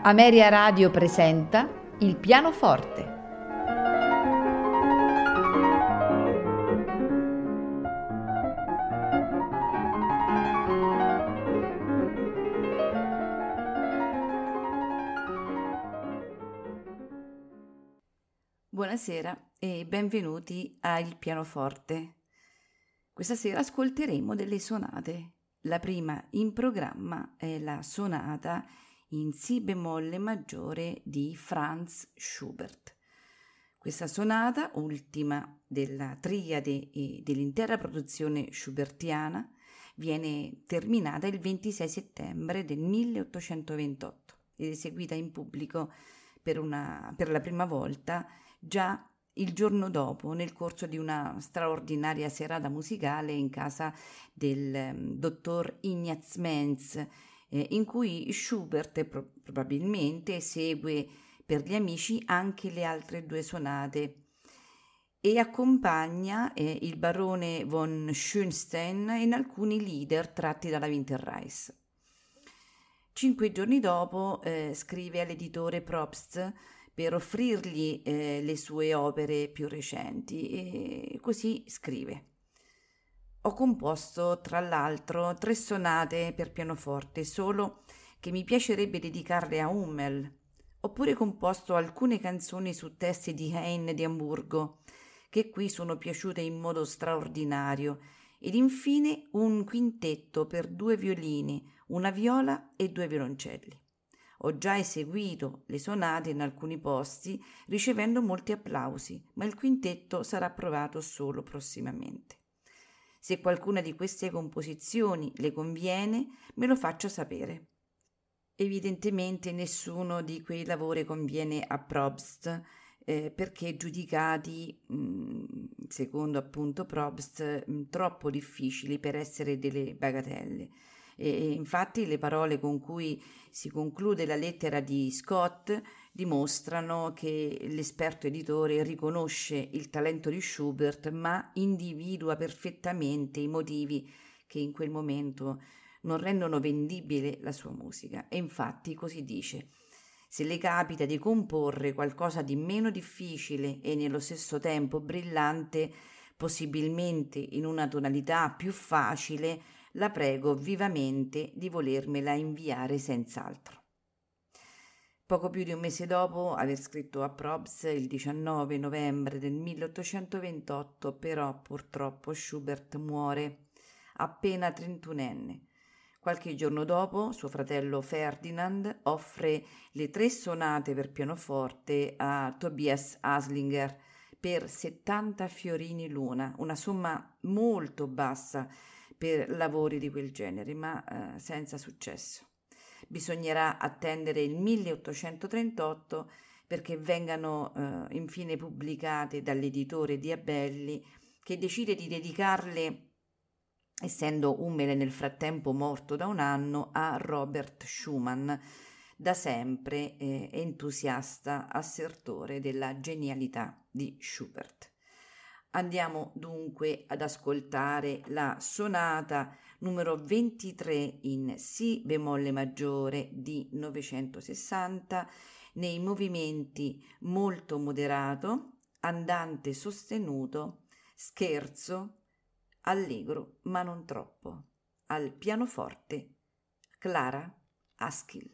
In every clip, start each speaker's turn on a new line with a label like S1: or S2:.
S1: Ameria Radio presenta Il pianoforte.
S2: Buonasera e benvenuti a Il pianoforte. Questa sera ascolteremo delle sonate. La prima in programma è la sonata in Si bemolle maggiore di Franz Schubert. Questa sonata, ultima della triade e dell'intera produzione schubertiana, viene terminata il 26 settembre del 1828 ed eseguita in pubblico per la prima volta già il giorno dopo, nel corso di una straordinaria serata musicale in casa del dottor Ignaz Menz, in cui Schubert probabilmente esegue per gli amici anche le altre due sonate e accompagna il barone von Schönstein in alcuni lieder tratti dalla Winterreise. 5 giorni dopo scrive all'editore Probst per offrirgli le sue opere più recenti e così scrive: ho composto tra l'altro 3 sonate per pianoforte solo che mi piacerebbe dedicarle a Hummel. Ho pure composto alcune canzoni su testi di Heine di Amburgo che qui sono piaciute in modo straordinario ed infine un quintetto per 2 violini, una viola e 2 violoncelli. Ho già eseguito le sonate in alcuni posti, ricevendo molti applausi, ma il quintetto sarà provato solo prossimamente. Se qualcuna di queste composizioni le conviene, me lo faccia sapere. Evidentemente nessuno di quei lavori conviene a Probst, perché giudicati, secondo appunto Probst, troppo difficili per essere delle bagatelle. E infatti le parole con cui si conclude la lettera di Scott dimostrano che l'esperto editore riconosce il talento di Schubert, ma individua perfettamente i motivi che in quel momento non rendono vendibile la sua musica. E infatti così dice: se le capita di comporre qualcosa di meno difficile e nello stesso tempo brillante, possibilmente in una tonalità più facile, la prego vivamente di volermela inviare senz'altro. Poco più di un mese dopo aver scritto a Probst, il 19 novembre del 1828, però purtroppo Schubert muore, appena 31enne. Qualche giorno dopo suo fratello Ferdinand offre le 3 sonate per pianoforte a Tobias Haslinger per 70 fiorini l'una, una somma molto bassa per lavori di quel genere, ma senza successo. Bisognerà attendere il 1838 perché vengano infine pubblicate dall'editore Diabelli, che decide di dedicarle, essendo Hummel nel frattempo morto da un anno, a Robert Schumann, da sempre entusiasta assertore della genialità di Schubert. Andiamo dunque ad ascoltare la sonata numero 23 in Si bemolle maggiore di 960 nei movimenti molto moderato, andante sostenuto, scherzo, allegro ma non troppo. Al pianoforte Clara Askill.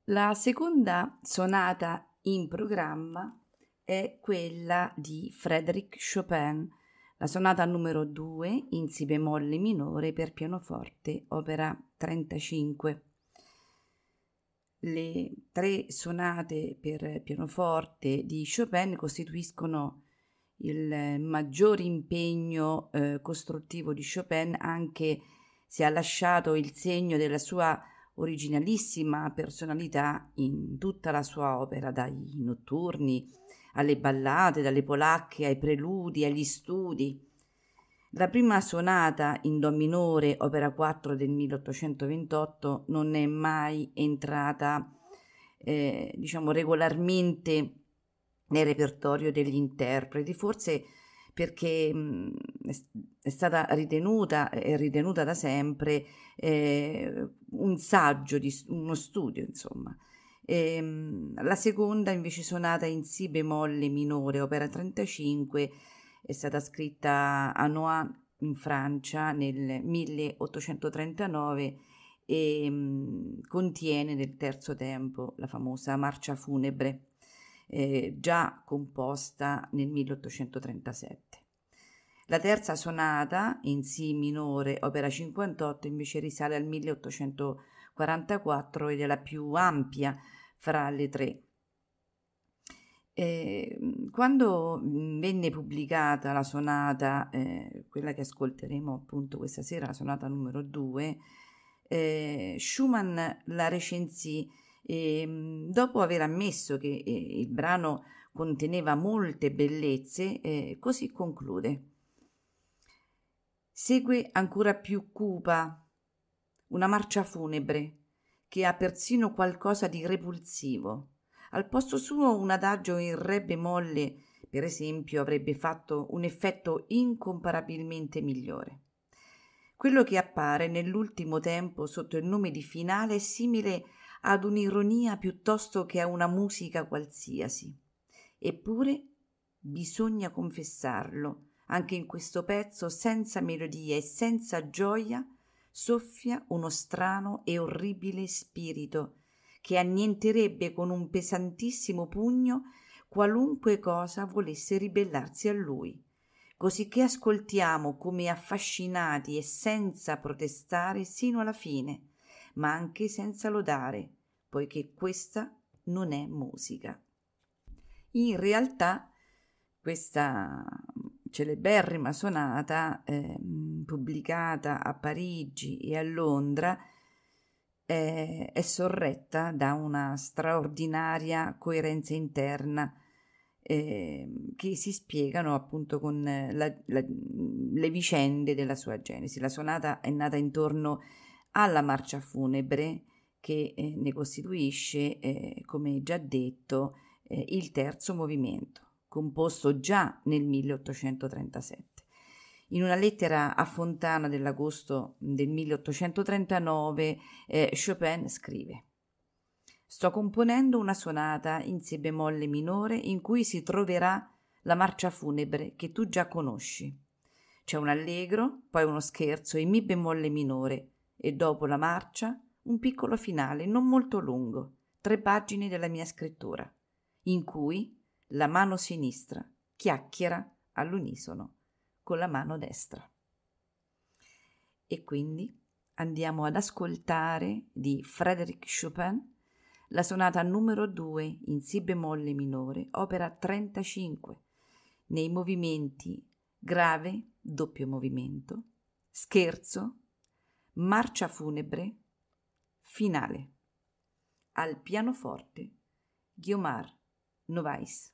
S2: La seconda sonata in programma è quella di Frédéric Chopin, la sonata numero 2 in si bemolle minore per pianoforte, opera 35. Le 3 sonate per pianoforte di Chopin costituiscono il maggior impegno costruttivo di Chopin, anche se ha lasciato il segno della sua originalissima personalità in tutta la sua opera, dai notturni alle ballate, dalle polacche ai preludi, agli studi. La prima sonata in do minore, opera 4 del 1828, non è mai entrata, regolarmente nel repertorio degli interpreti, forse perché è stata ritenuta da sempre un saggio, uno studio, insomma. La seconda invece sonata in si bemolle minore, opera 35, è stata scritta a Nohant in Francia nel 1839 e contiene nel terzo tempo la famosa marcia funebre, già composta nel 1837. La terza sonata in si minore, opera 58, invece risale al 1844 ed è la più ampia fra le 3. Quando venne pubblicata la sonata, quella che ascolteremo appunto questa sera, la sonata numero 2, Schumann la recensì dopo aver ammesso che il brano conteneva molte bellezze, così conclude. Segue ancora più cupa una marcia funebre che ha persino qualcosa di repulsivo. Al posto suo un adagio in re bemolle, per esempio, avrebbe fatto un effetto incomparabilmente migliore. Quello che appare nell'ultimo tempo sotto il nome di finale è simile ad un'ironia piuttosto che a una musica qualsiasi. Eppure bisogna confessarlo, anche in questo pezzo senza melodia e senza gioia soffia uno strano e orribile spirito che annienterebbe con un pesantissimo pugno qualunque cosa volesse ribellarsi a lui, cosicché ascoltiamo come affascinati e senza protestare sino alla fine, ma anche senza lodare, poiché questa non è musica. In realtà questa celeberrima sonata, pubblicata a Parigi e a Londra, è sorretta da una straordinaria coerenza interna che si spiegano appunto con le vicende della sua genesi. La sonata è nata intorno alla marcia funebre che ne costituisce, come già detto, il terzo movimento, composto già nel 1837. In una lettera a Fontana dell'agosto del 1839 Chopin scrive: «Sto componendo una sonata in si bemolle minore in cui si troverà la marcia funebre che tu già conosci. C'è un allegro, poi uno scherzo in mi bemolle minore e dopo la marcia un piccolo finale non molto lungo, 3 pagine della mia scrittura, in cui la mano sinistra chiacchiera all'unisono con la mano destra». E quindi andiamo ad ascoltare di Frédéric Chopin la sonata numero 2 in si bemolle minore, opera 35, nei movimenti grave, doppio movimento, scherzo, marcia funebre, finale. Al pianoforte Guillaume Novais.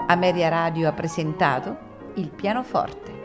S1: Ameria Radio ha presentato Il pianoforte.